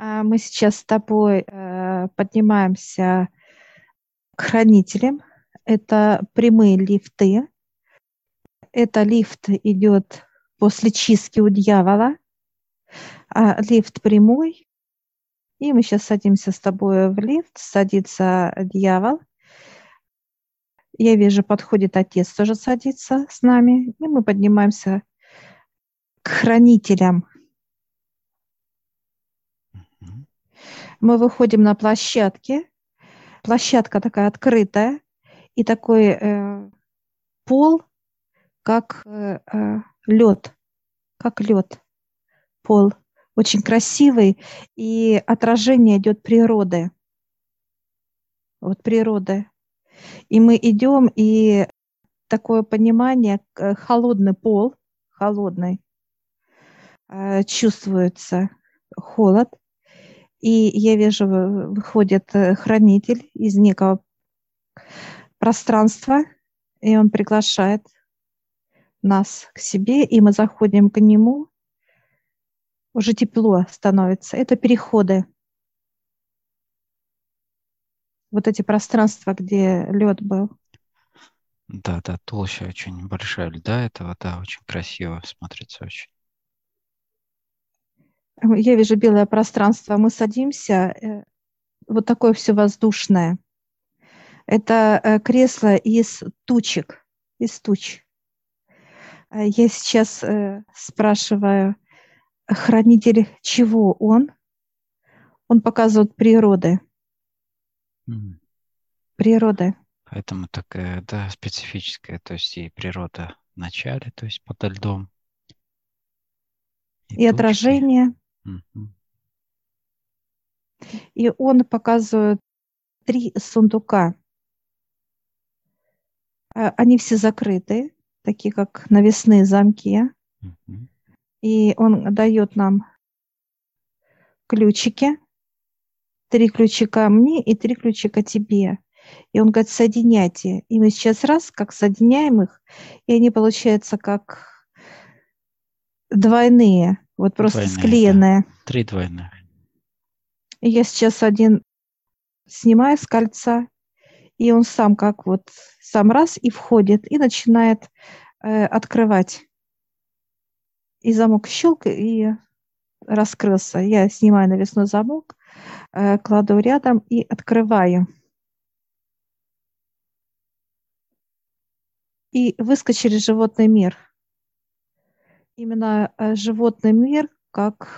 Мы сейчас с тобой поднимаемся к хранителям. Это прямые лифты. Это лифт идет после чистки у дьявола, лифт прямой. И мы сейчас садимся с тобой в лифт, садится дьявол. Я вижу, подходит отец, тоже садится с нами. И мы поднимаемся к хранителям. Мы выходим на площадке. Площадка такая открытая. И такой пол, как лед, пол. Очень красивый. И отражение идет природы. Вот природы. И мы идем, и такое понимание, холодный пол, холодный, чувствуется холод. И я вижу, выходит хранитель из некого пространства, и он приглашает нас к себе, и мы заходим к нему. Уже тепло становится. Это переходы. Вот эти пространства, где лед был. Да, да, толща очень большая льда этого, да, очень красиво смотрится очень. Я вижу белое пространство. Мы садимся, вот такое все воздушное. Это кресло из тучек, из туч. Я сейчас спрашиваю, хранитель чего он? Он показывает природы. Природы. Поэтому такая, да, специфическая, то есть и природа в начале, то есть подо льдом. И тучки. отражение. Мгм. И он показывает 3 сундука. Они все закрыты, такие как навесные замки. Мгм. И он дает нам ключики. 3 ключика мне и 3 ключика тебе. И он говорит, соединяйте. И мы сейчас раз, как соединяем их, и они получаются как двойные, вот просто Двойные, да. склеенные. 3 двойных. И я сейчас один снимаю с кольца, и он сам как вот сам раз и входит, и начинает открывать. И замок щелк, и раскрылся. Я снимаю навесной замок, кладу рядом и открываю. И выскочили животный мир. Именно животный мир, как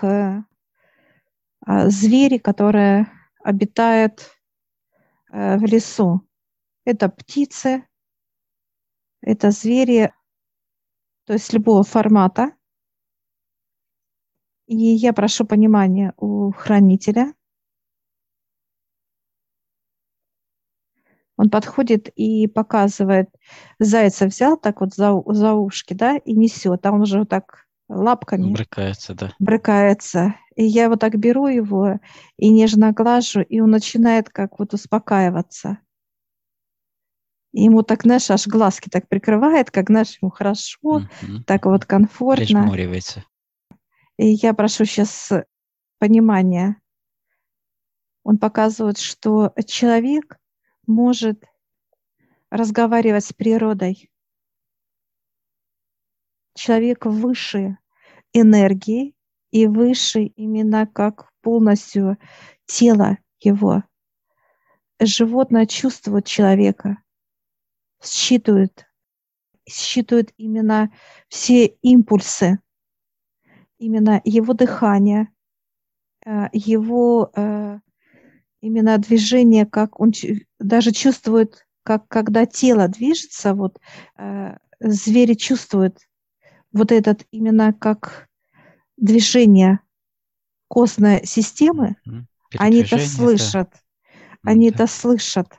звери, которые обитают в лесу. Это птицы, это звери, то есть любого формата. И я прошу понимания у хранителя. Он подходит и показывает. Зайца взял так вот за ушки, да, и несет. А он уже вот так лапками Брыкается, да. брыкается. И я вот так беру его и нежно глажу, и он начинает как вот успокаиваться. И ему так, знаешь, аж глазки так прикрывает, как, знаешь, ему хорошо, Мгм. так вот комфортно. Прижмуривается. И я прошу сейчас понимания. Он показывает, что человек может разговаривать с природой. Человек выше энергии и выше именно как полностью тело его. Животное чувствует человека, считывает именно все импульсы, именно его дыхание, его именно движение, как он даже чувствует, как когда тело движется, вот звери чувствуют вот этот именно как движение костной системы, Мгм. они это Передвижение, да. слышат, они Да. это слышат.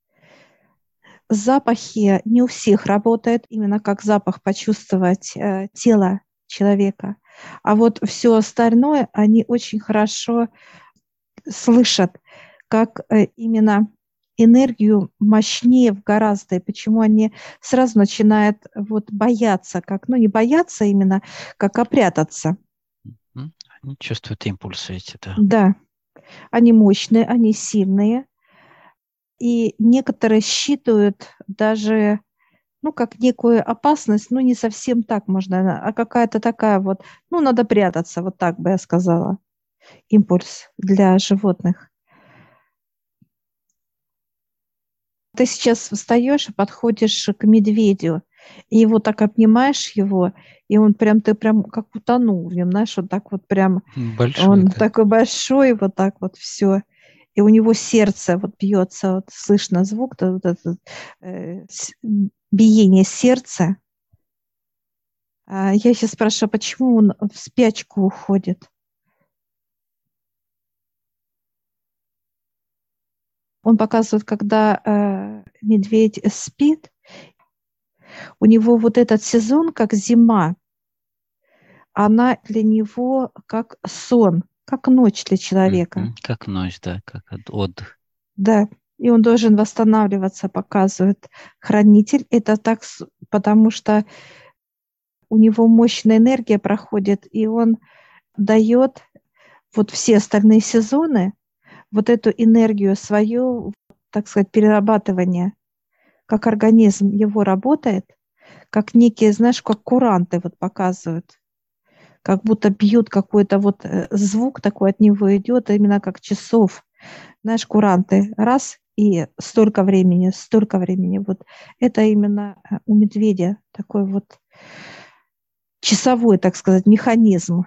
Запахи не у всех работают, именно как запах почувствовать тело человека. А вот все остальное они очень хорошо слышат, как именно энергию мощнее гораздо, и почему они сразу начинают вот бояться, как, ну не бояться именно, как опрятаться. Они чувствуют импульсы эти, да. Да. Они мощные, они сильные. И некоторые считают даже, ну, как некую опасность, ну, не совсем так можно, а какая-то такая вот, ну, надо прятаться, вот так бы я сказала, импульс для животных. Ты сейчас встаешь и подходишь к медведю, и его так обнимаешь его, и он прям, ты прям как утонул в нем, знаешь, вот так вот прям, Большой, он да. такой большой, вот так вот все. И у него сердце вот бьется, вот слышно звук, вот этот, биение сердца. Я сейчас спрашиваю, почему он в спячку уходит? Он показывает, когда медведь спит, у него вот этот сезон, как зима, она для него как сон, как ночь для человека. Как ночь, да, как отдых. Да, и он должен восстанавливаться, показывает хранитель. Это так, потому что у него мощная энергия проходит, и он дает вот все остальные сезоны вот эту энергию свою, так сказать, перерабатывание, как организм его работает, как некие, знаешь, как куранты вот показывают, как будто бьют какой-то вот звук такой от него идет, именно как часов, знаешь, куранты, раз, и столько времени, вот это именно у медведя такой вот часовой, так сказать, механизм.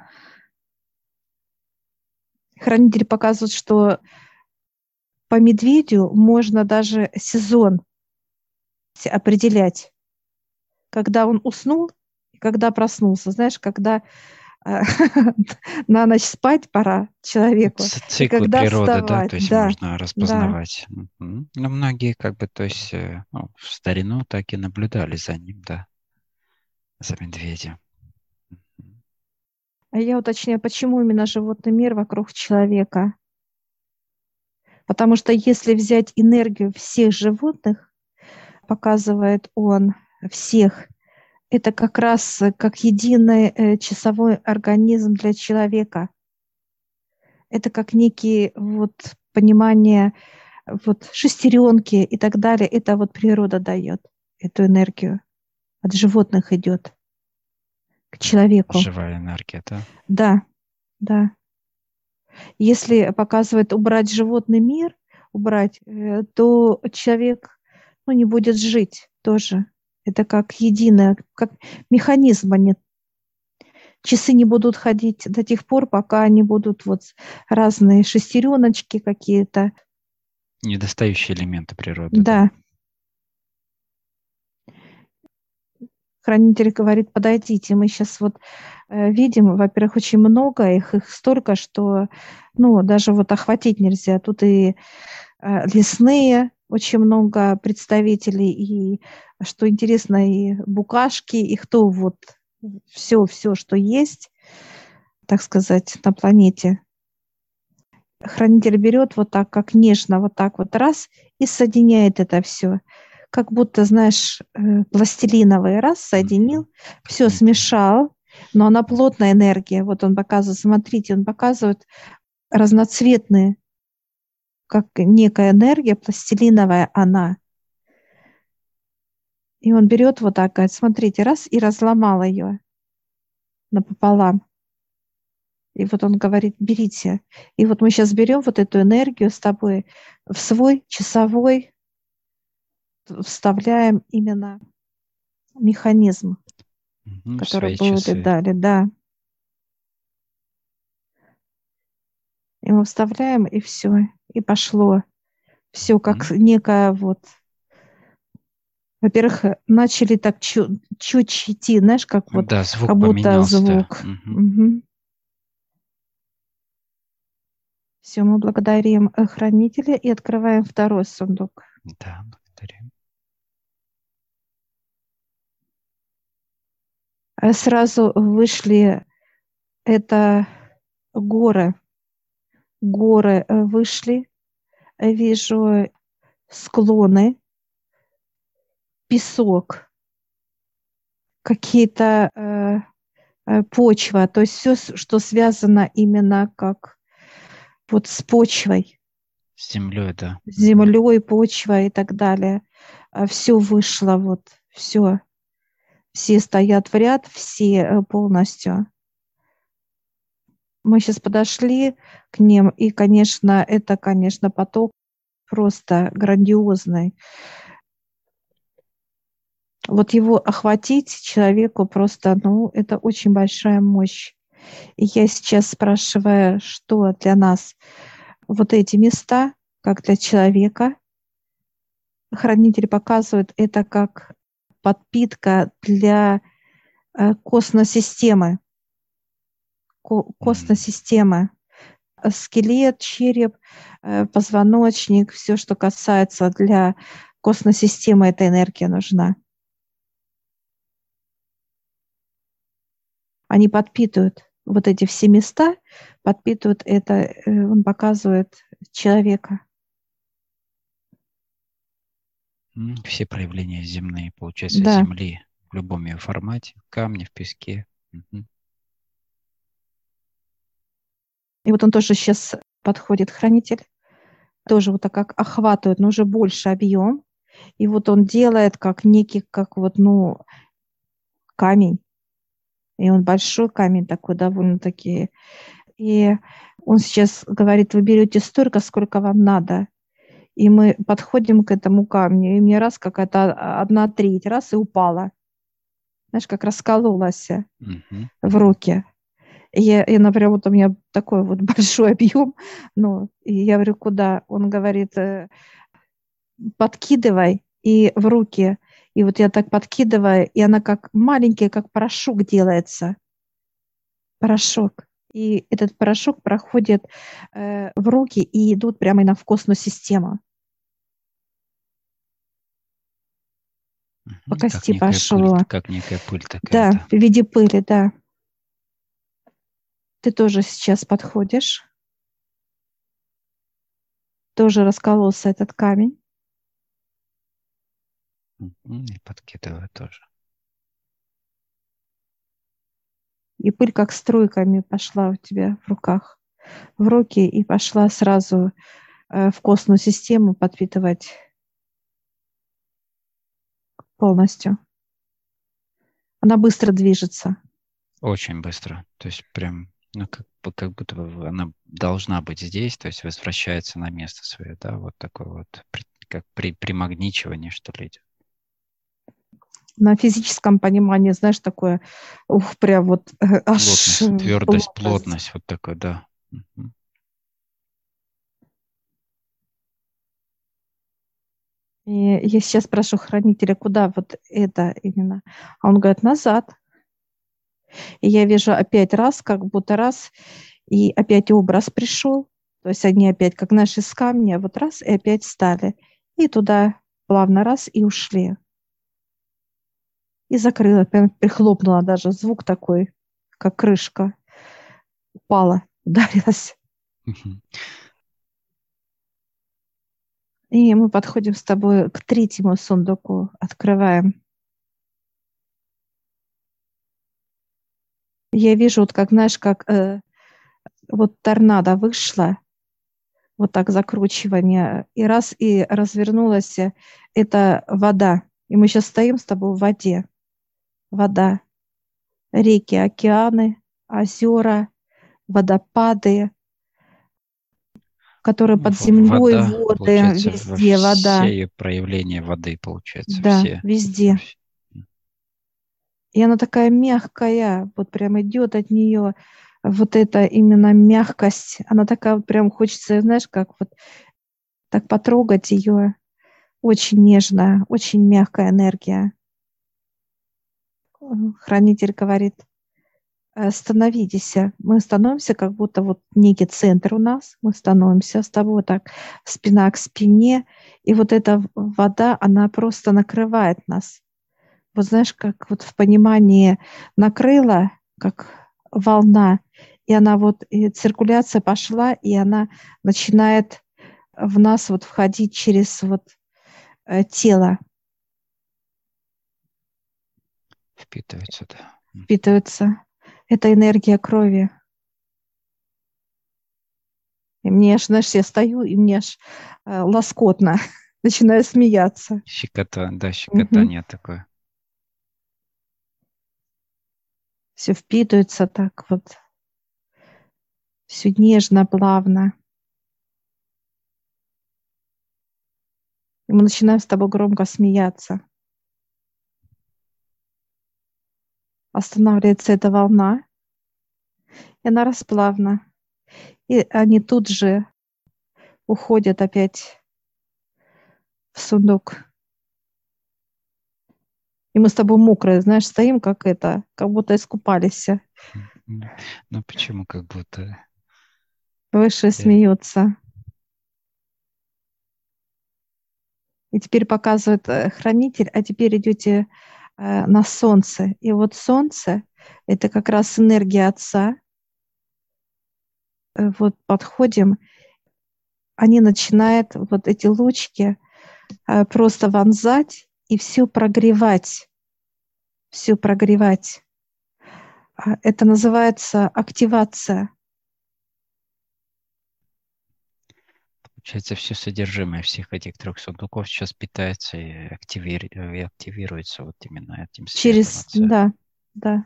Хранитель показывает, что по медведю можно даже сезон определять, когда он уснул и когда проснулся. Знаешь, когда э, на ночь спать пора человеку, и Циклы когда природы, да, вставать. то есть Да, можно да. распознавать. Но многие как бы, то есть, ну, в старину так и наблюдали за ним, да, за медведем. Мгм. А я уточняю, почему именно животный мир вокруг человека? Потому что если взять энергию всех животных, показывает он всех, это как раз как единый часовой организм для человека. Это как некие вот понимание вот шестеренки и так далее. Это вот природа дает эту энергию. От животных идет к человеку. Живая энергия, да? Да, да. Если показывает убрать животный мир, убрать, то человек, ну, не будет жить тоже. Это как единое, как механизм, они часы не будут ходить до тех пор, пока они будут вот разные шестереночки какие-то. Недостающие элементы природы, да. Да, хранитель говорит, подойдите, мы сейчас вот видим, во-первых, очень много их столько, что, ну, даже вот охватить нельзя. Тут и лесные, очень много представителей, и, что интересно, и букашки, и кто вот все, что есть, так сказать, на планете. Хранитель берет вот так, как нежно, вот так вот раз, и соединяет это все. Как будто, знаешь, пластилиновый раз Мгм. соединил, все Как смешал, но она плотная энергия. Вот он показывает, смотрите, он показывает разноцветные, как некая энергия пластилиновая она. И он берет вот так, говорит, смотрите, раз, и разломал ее напополам. И вот он говорит, берите. И вот мы сейчас берем вот эту энергию с тобой в свой часовой, вставляем именно механизм, который Свои будет часы. далее, да. И мы вставляем, и все, и пошло. Все как Мгм. некая вот. Во-первых, начали так чуть идти, знаешь, как вот, Да, звук как будто поменялся, да. звук. Все, мы благодарим хранителя и открываем второй сундук. Да, благодарю. Сразу вышли это горы. Горы вышли. Вижу склоны, песок, какие-то почва. То есть все, что связано именно как вот с почвой, С землей, да. с землей, почвой и так далее. Все вышло, вот, все. Все стоят в ряд, все полностью. Мы сейчас подошли к ним, и, конечно, это, конечно, поток просто грандиозный. Вот его охватить человеку просто, ну, это очень большая мощь. И я сейчас спрашиваю, что для нас вот эти места, как для человека, хранитель показывает это как подпитка для космосистемы. Космосистемы. Скелет, череп, позвоночник, все, что касается для космосистемы, эта энергия нужна. Они подпитывают вот эти все места, подпитывают это, он показывает человека. Все проявления земные, получается, Да. земли в любом ее формате, в камне, в песке. Мгм. И вот он тоже сейчас подходит, хранитель, тоже вот так как охватывает, но уже больше объем. И вот он делает как некий, как вот, ну, камень. И он большой камень такой довольно-таки. И он сейчас говорит, вы берете столько, сколько вам надо. И мы подходим к этому камню, и мне раз какая-то 1/3, раз и упала. Знаешь, как раскололась Мгм. в руки. И, например, вот у меня такой вот большой объем, ну, и я говорю, куда? Он говорит, подкидывай и в руки. И вот я так подкидываю, и она как маленький, как порошок делается. Порошок. И этот порошок проходит в руки и идут прямо на в космосистему. По Как кости некая пыль, пошло. как некая пыль такая, Да, да. в виде пыли, да. Ты тоже сейчас подходишь. Тоже раскололся этот камень. И подкидываю тоже. И пыль как струйками пошла у тебя в руках, в руки, и пошла сразу в костную систему подпитывать полностью. Она быстро движется. Очень быстро. То есть прям, ну, как будто бы она должна быть здесь, то есть возвращается на место свое, да, вот такое вот, как примагничивание, что ли, идет. На физическом понимании, знаешь, такое, ух, прям вот аж Плотность, твердость, плотность. плотность, вот такой, да. Мгм. И я сейчас прошу хранителя, куда вот это именно? А он говорит, назад. И я вижу опять раз, как будто раз, и опять образ пришел. То есть они опять, как наши из камня, вот раз, и опять стали. И туда плавно раз, и ушли. И закрыла, прям прихлопнула даже. Звук такой, как крышка упала, ударилась. Мгм. И мы подходим с тобой к третьему сундуку, открываем. Я вижу, вот как, знаешь, как вот торнадо вышла, вот так закручивание, и раз, и развернулась это вода. И мы сейчас стоим с тобой в воде. Вода, реки, океаны, озера, водопады, которые под землей, Вода, воды, получается, во везде все вода. ее проявления воды, получается, Да, все. везде. И она такая мягкая, вот прям идет от нее вот эта именно мягкость. Она такая вот прям хочется, знаешь, как вот так потрогать ее. Очень нежная, очень мягкая энергия. Хранитель говорит, становитесь. Мы становимся, как будто вот некий центр у нас. Мы становимся с тобой так спина к спине. И вот эта вода, она просто накрывает нас. Вот знаешь, как вот в понимании накрыла, как волна, и она вот, и циркуляция пошла, и она начинает в нас вот входить через вот тело, Впитывается, да. впитывается. Это энергия крови. И мне аж, знаешь, я стою, и мне аж лоскотно. Начинаю смеяться. Щекота, да, Мгм. щекотание такое. Все впитывается так вот, все нежно, плавно. И мы начинаем с тобой громко смеяться. Останавливается эта волна, и она расплавна. И они тут же уходят опять в сундук. И мы с тобой мокрые, знаешь, стоим, как это, как будто искупались. Ну почему как будто? Выше Я- смеются. И теперь показывает хранитель, а теперь идете на солнце. И вот солнце– это как раз энергия Отца. Вот подходим, они начинают вот эти лучки просто вонзать и все прогревать. Все прогревать. Это называется активация. Получается, все содержимое всех этих 3 сундуков сейчас питается и активируется вот именно этим светом Через, Отца. да, да.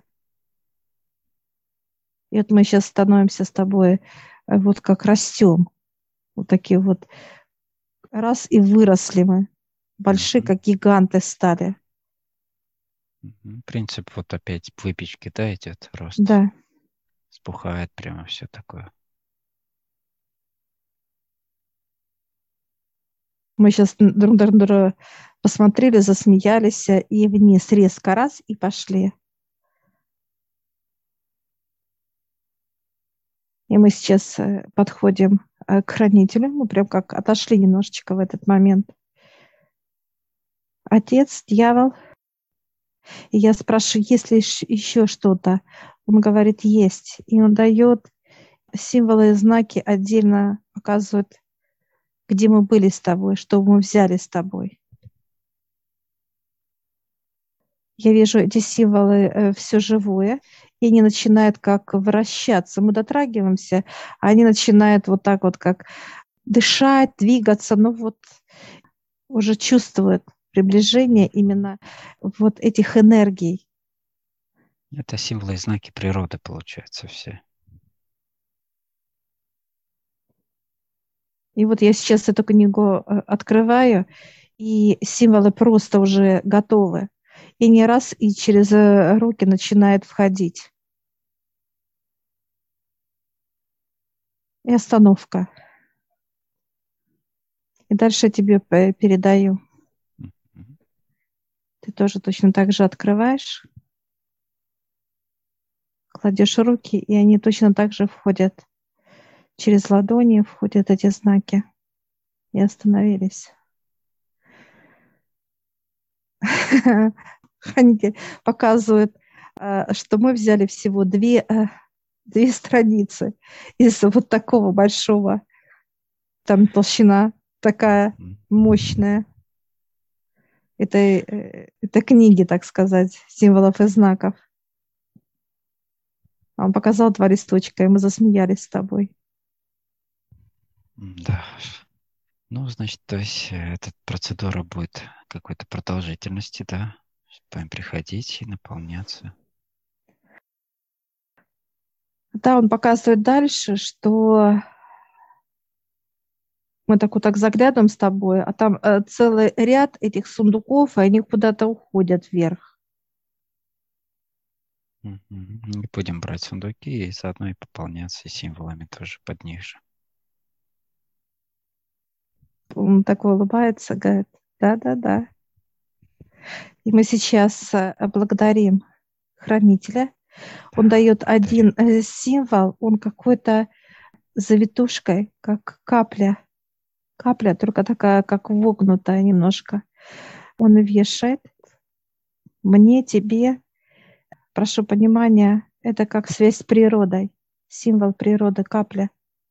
И вот мы сейчас становимся с тобой, вот как растем. Вот такие вот, раз и выросли мы. Большие, Мгм. как гиганты стали. Принцип вот опять выпечки, да, идет рост. Да. Спухает прямо все такое. Мы сейчас друг на друга посмотрели, засмеялись, и вниз резко раз, и пошли. И мы сейчас подходим к хранителю. Мы прям как отошли немножечко в этот момент. Отец, дьявол. И я спрашиваю, есть ли еще что-то. Он говорит, есть. И он дает символы и знаки, отдельно показывает, где мы были с тобой, что мы взяли с тобой. Я вижу эти символы, все живое, и они начинают как вращаться. Мы дотрагиваемся, а они начинают вот так вот как дышать, двигаться, ну вот уже чувствуют приближение именно вот этих энергий. Это символы и знаки природы, получается, все. И вот я сейчас эту книгу открываю, и символы просто уже готовы. И не раз, и через руки начинает входить. И остановка. И дальше я тебе передаю. Мгм. Ты тоже точно так же открываешь, кладешь руки, и они точно так же входят. Через ладони входят эти знаки. И остановились. Хранитель показывает, что мы взяли всего две страницы из вот такого большого. Там толщина такая Мгм. мощная. Это книги, так сказать, символов и знаков. Он показал 2 листочка, и мы засмеялись с тобой. Да. Ну, значит, то есть эта процедура будет какой-то продолжительности, да? Будем приходить и наполняться. Да, он показывает дальше, что мы так вот так заглядываем с тобой, а там целый ряд этих сундуков, и они куда-то уходят вверх. Мгм. И будем брать сундуки и заодно и пополняться и символами тоже под них же. Он такой улыбается, говорит, да-да-да. И мы сейчас благодарим хранителя. Он Да, дает благодарим. один символ, он какой-то завитушкой, как капля. Капля, только такая, как вогнутая немножко. Он вешает мне, тебе. Прошу понимания, это как связь с природой. Символ природы, капля.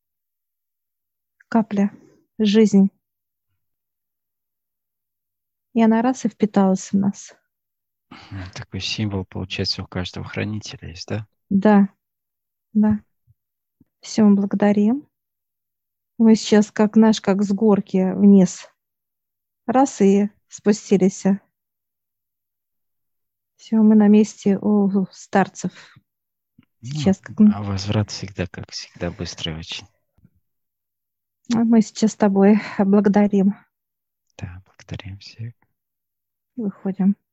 Капля. Жизнь. И она раз и впиталась в нас. Такой символ, получается, у каждого хранителя есть, да? Да, да. Все, мы благодарим. Мы сейчас как с горки вниз. Раз и спустились. Все, мы на месте у старцев. Ну, Сейчас а возврат всегда, как всегда, быстрый очень. мы сейчас с тобой благодарим. Да, благодарим всех. Выходим.